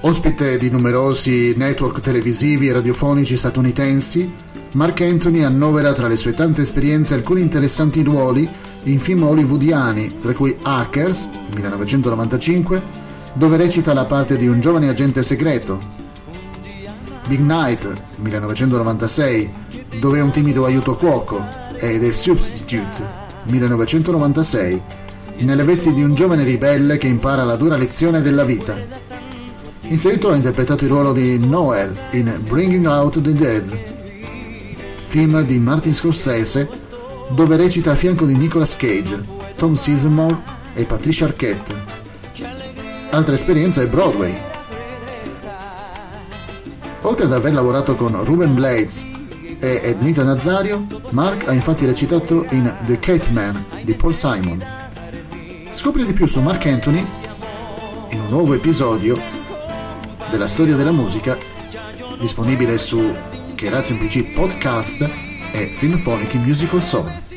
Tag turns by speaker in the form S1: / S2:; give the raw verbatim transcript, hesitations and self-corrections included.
S1: Ospite di numerosi network televisivi e radiofonici statunitensi, Marc Anthony annovera tra le sue tante esperienze alcuni interessanti ruoli in film hollywoodiani, tra cui Hackers, millenovecentonovantacinque, dove recita la parte di un giovane agente segreto, Big Night, millenovecentonovantasei, dove è un timido aiuto cuoco, e The Substitute, millenovecentonovantasei, nelle vesti di un giovane ribelle che impara la dura lezione della vita. In seguito ha interpretato il ruolo di Noel in Bringing Out the Dead, film di Martin Scorsese, dove recita a fianco di Nicolas Cage, Tom Sizemore e Patricia Arquette. Altra esperienza è Broadway. Oltre ad aver lavorato con Ruben Blades e Ednita Nazario, Marc ha infatti recitato in The Cape Man di Paul Simon. Scopri di più su Marc Anthony in un nuovo episodio della storia della musica, disponibile su Che Razio M P C Podcast e Symphonic Musical Soul.